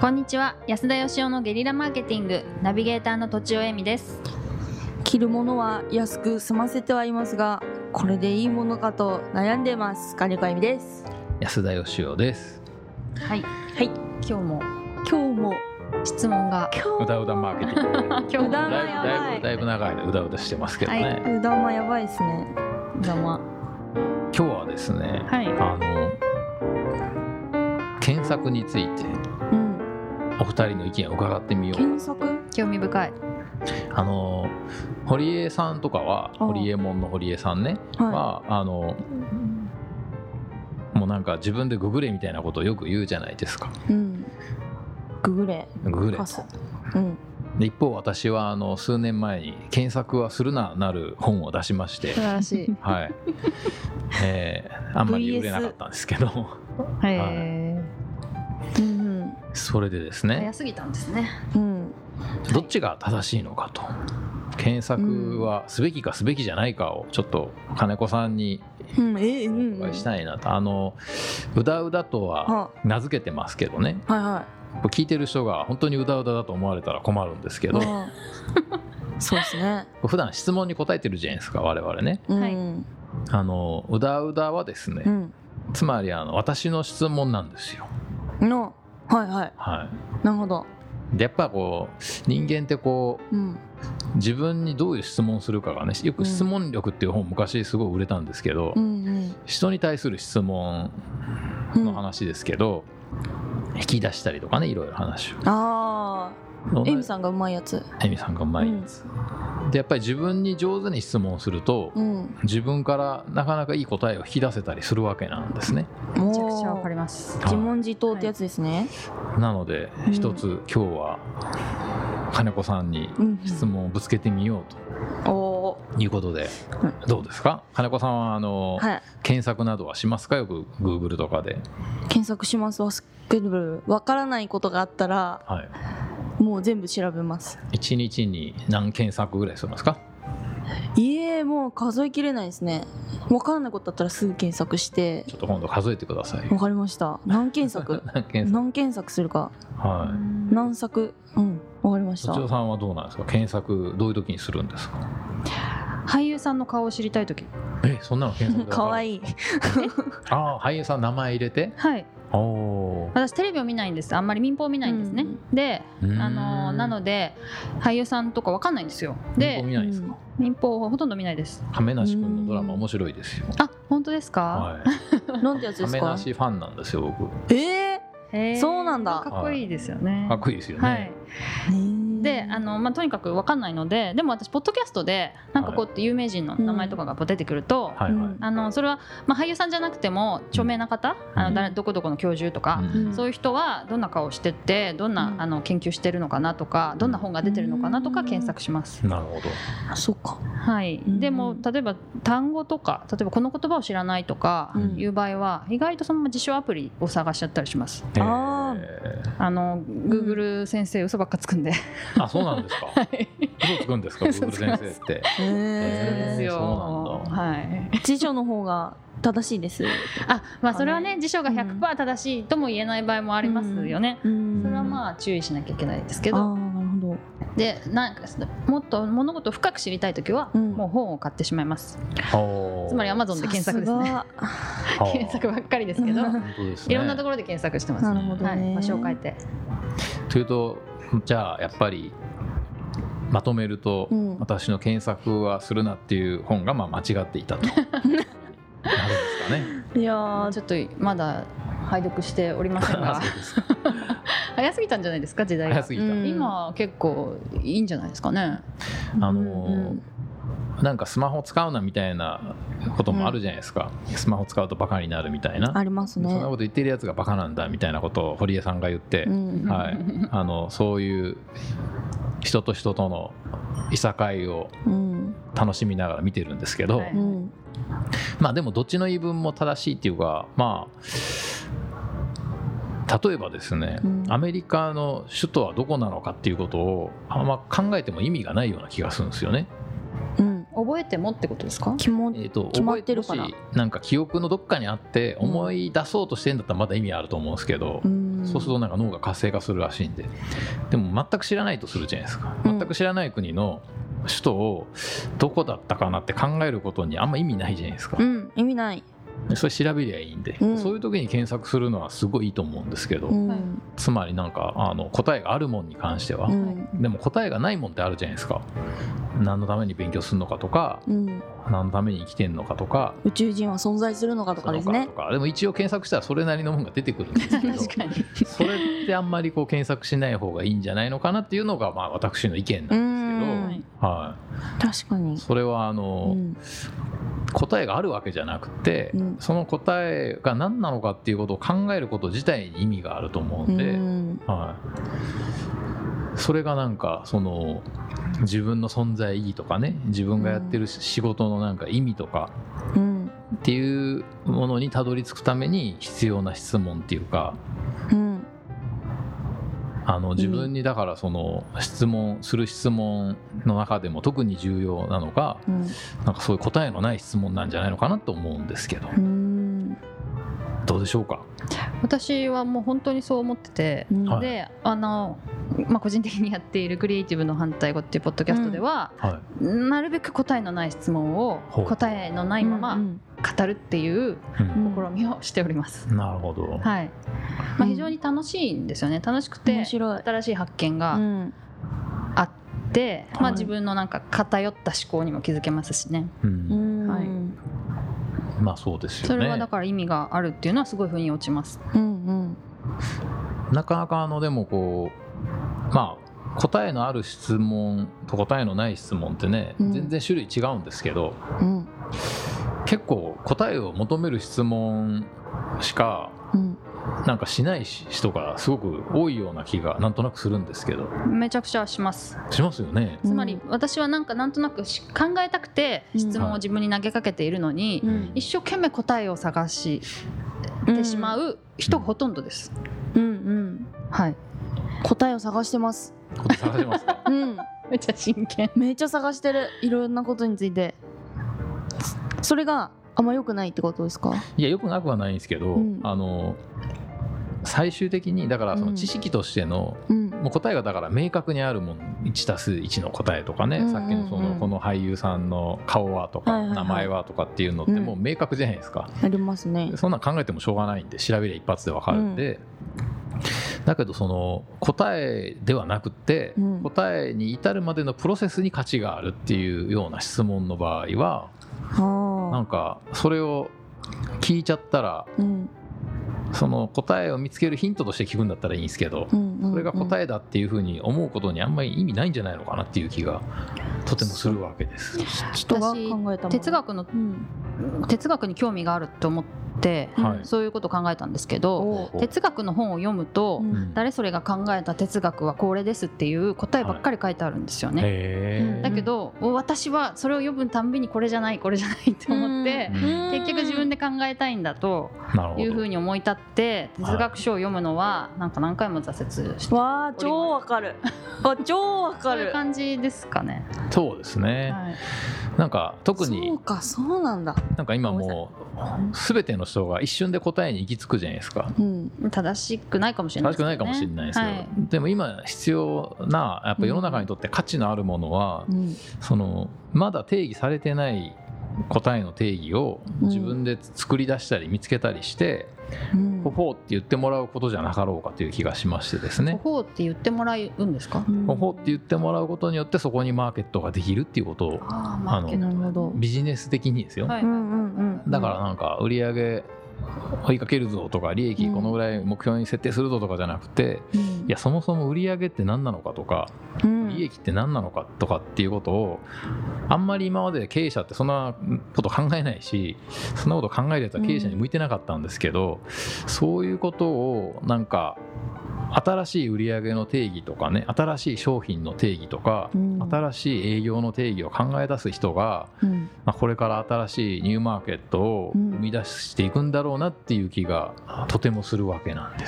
こんにちは。安田義雄のゲリラマーケティングナビゲーターのとちおえみです。 着るものは安く済ませてはいますが、これでいいものかと悩んでます。金子あゆみです。 安田義雄です。 はいはい。今日も質問がうだうだマーケティング今日うだまやばい。 だいぶ長い間うだうだしてますけどね、はい、 うだまやばいですね。 うだま今日はですね、 はい、 検索について、お二人の意見を伺ってみよう。 検索興味深い。 堀江さんとかは堀江門の堀江さんね、はい、はもうなんか自分でググれみたいなことをよく言うじゃないですか、 ググれと、 で一方私は数年前に検索はするななる本を出しまして、 素晴らしい、 はい、あんまり売れなかったんですけどそれでですね、 早すぎたんですね、 どっちが正しいのかと、検索はすべきかすべきじゃないかをちょっと金子さんにお伺いしたいなと。うだうだとは名付けてますけどね、聞いてる人が本当にうだうだだと思われたら困るんですけどそうですね、 普段質問に答えてるじゃないですか我々ね、うだうだはですね、つまり私の質問なんですよ。 なるほど。 でやっぱこう人間ってこう、自分にどういう質問するかがね、よく質問力っていう本昔すごい売れたんですけど、人に対する質問の話ですけど、引き出したりとかね、いろいろ話を。 エミさんがうまいやつ。 でやっぱり自分に上手に質問すると、自分からなかなかいい答えを引き出せたりするわけなんですね。 めちゃくちゃわかります。 自問自答ってやつですね、 なので一つ今日は金子さんに質問をぶつけてみようということで、どうですか金子さんは検索などはしますか？よく Google とかで検索します。わからないことがあったら、もう全部調べます。 1日に何検索ぐらいするんですか？ もう数えきれないですね。わからないことだったらすぐ検索して。 ちょっと今度数えてください。 わかりました。何検索何検索するか、何作、わかりました。 そちらさんはどうなんですか？検索どういう時にするんですか？ 俳優さんの顔を知りたい時。 そんなの検索でかわいい俳優さん名前入れて。 私テレビを見ないんです。あんまり民放を見ないんですね、でなので俳優さんとかわかんないんですよ。で、 民放見ないですか？ 民放ほとんど見ないです。 亀梨君のドラマ面白いですよ。 本当ですか？ なんてやつですか？ 亀梨ファンなんですよ僕。 そうなんだ。 かっこいいですよね。 かっこいいですよね。 でとにかく分かんないので、でも私ポッドキャストでなんかこうって有名人の名前とかが出てくると、それは俳優さんじゃなくても著名な方、どこどこの教授とか、そういう人はどんな顔をしてってどんな研究してるのかなとか、どんな本が出てるのかなとか検索します。 なるほど。 そうか。 でも例えば単語とか、例えばこの言葉を知らないとかいう場合は意外とそのまま辞書アプリを探しちゃったりします。Google 先生嘘ばっかつくんで。 そうなんですか。嘘つくんですか Google 先生って。そうなんだ。 辞書の方が正しいです。 それはね、辞書が 100% 正しいとも言えない場合もありますよね。それは注意しなきゃいけないですけど。でなんかもっと物事を深く知りたいときは、もう本を買ってしまいます。つまり Amazon で検索ですね。検索ばっかりですけど、いろんなところで検索してます。場所を変えて。 というと、じゃあやっぱりまとめると、私の検索はするなっていう本が間違っていたとなるんですかね。 いやちょっとまだ拝読しておりませんが早すぎたんじゃないですか、時代が。 早すぎた。 今結構いいんじゃないですかね。 なんかスマホ使うなみたいなこともあるじゃないですか、スマホ使うとバカになるみたいな。 ありますね。 そんなこと言ってるやつがバカなんだみたいなことを堀江さんが言って、そういう人と人とのいさかいを楽しみながら見てるんですけど、でもどっちの言い分も正しいっていうか、例えばですね、アメリカの首都はどこなのかっていうことをあんま考えても意味がないような気がするんですよね。 覚覚えてもってことですか？ 決まってるから、 もしなんか記憶のどっかにあって思い出そうとしてんだったらまだ意味あると思うんですけど、そうするとなんか脳が活性化するらしいんで。でも全く知らないとするじゃないですか。全く知らない国の首都をどこだったかなって考えることにあんま意味ないじゃないですか。 意味ない。 それ調べりゃいいんで、そういう時に検索するのはすごいいいと思うんですけど、つまりなんか答えがあるもんに関しては、でも答えがないもんってあるじゃないですか。何のために勉強するのかとか、何のために生きてんのかとか、 宇宙人は存在するのかとかですね。 でも一応検索したらそれなりのものが出てくるんですけど確かにそれってあんまりこう検索しない方がいいんじゃないのかなっていうのがまあ私の意見なんですけど、 確かにそれは答えがあるわけじゃなくて、その答えが何なのかっていうことを考えること自体に意味があると思うんで、それがなんかその自分の存在意義とかね、自分がやってる仕事のなんか意味とかっていうものにたどり着くために必要な質問っていうか、自分にだからその質問の中でも特に重要なのが、なんかそういう答えのない質問なんじゃないのかなと思うんですけど、どうでしょうか？ 私はもう本当にそう思ってて、で個人的にやっているクリエイティブの反対語っていうポッドキャストでは、なるべく答えのない質問を答えのないまま語るっていう試みをしております。 なるほど。 非常に楽しいんですよね。楽しくて新しい発見があって、自分のなんか偏った思考にも気づけますしね。 まあそうですよね。 それはだから意味があるっていうのはすごい腑に落ちます。 なかなかでもこう答えのある質問と答えのない質問ってね、全然種類違うんですけど、結構答えを求める質問しかなんかしない人がすごく多いような気がなんとなくするんですけど。 めちゃくちゃしますよね。 つまり私はなんとなく考えたくて質問を自分に投げかけているのに、一生懸命答えを探してしまう人がほとんどです。 答えを探してます。 探してますか？ めっちゃ真剣。 めっちゃ探してる。いろんなことについて。それがあんま良くないってことですか？ いや、良くなくはないんですけど、最終的にだからその知識としての、もう答えがだから明確にあるもん、 1+1 の答えとかね、さっきのこの俳優さんの顔はとか、名前はとかっていうのってもう明確じゃないですか。 ありますね。 そんなん考えてもしょうがないんで、調べりゃ一発で分かるんで、だけどその答えではなくて、答えに至るまでのプロセスに価値があるっていうような質問の場合は、なんかそれを聞いちゃったら、その答えを見つけるヒントとして聞くんだったらいいんですけど、それが答えだっていうふうに思うことにあんまり意味ないんじゃないのかなっていう気がとてもするわけです。 人が考えたもの。 哲学に興味があると思って、そういうことを考えたんですけど、哲学の本を読むと、誰それが考えた哲学はこれですっていう答えばっかり書いてあるんですよね。だけど私はそれを読むたんびにこれじゃないって思って、結局自分で考えたいんだというふうに思い立って哲学書を読むのはなんか何回も挫折して。 わー、超わかる。超わかる。 そういう感じですかね。 そうですね。なんか特にそうなんだ。 なんか今もう全ての人が一瞬で答えに行き着くじゃないですか。 正しくないかもしれないですね。 正しくないかもしれないですけど、でも今必要なやっぱ世の中にとって価値のあるものは、そのまだ定義されてない答えの定義を自分で作り出したり見つけたりして、ほほうって言ってもらうことじゃなかろうかという気がしましてですね。 ほほうって言ってもらうんですか？ ほほうって言ってもらうことによってそこにマーケットができるっていうことを、ビジネス的にですよ。だからなんか売り上げ追いかけるぞとか、利益このぐらい目標に設定するぞとかじゃなくて、いやそもそも売り上げって何なのかとか、利益って何なのかとかっていうことをあんまり今まで経営者ってそんなこと考えないし、そんなこと考えるやつは経営者に向いてなかったんですけど、そういうことをなんか新しい売り上げの定義とかね、新しい商品の定義とか、新しい営業の定義を考え出す人が、これから新しいニューマーケットを生み出していくんだろうなっていう気がとてもするわけなんです。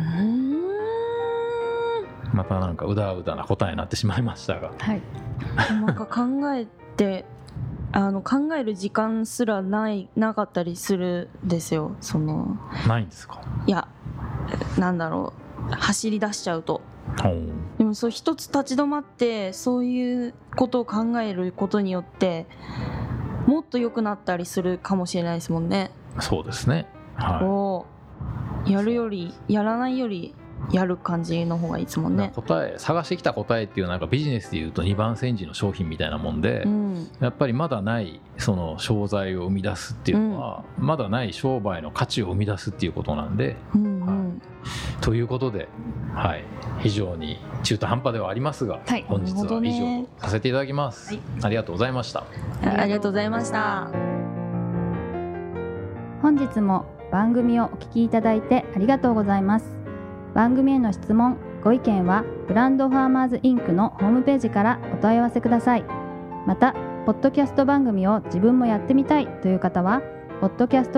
またなんかうだうだな答えになってしまいましたが、 なんか考えて考える時間すらなかったりするんですよ。 ないんですか？ いや、なんだろう、走り出しちゃうと。でもそう一つ立ち止まってそういうことを考えることによってもっと良くなったりするかもしれないですもんね。 そうですね、 はい、やるよりやらないよりやる感じの方がいいですもんね。 探してきた答えっていうなんかビジネスでいうと2番煎じの商品みたいなもんで、やっぱりまだないその商材を生み出すっていうのは、まだない商売の価値を生み出すっていうことなんで、ということで、非常に中途半端ではありますが、本日は以上とさせていただきます、ありがとうございました。 ありがとうございました。 本日も番組をお聞きいただいてありがとうございます。番組への質問・ご意見はブランドファーマーズインクのホームページからお問い合わせください。またポッドキャスト番組を自分もやってみたいという方は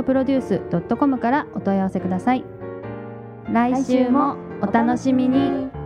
podcastproduce.com からお問い合わせください。来週もお楽しみに。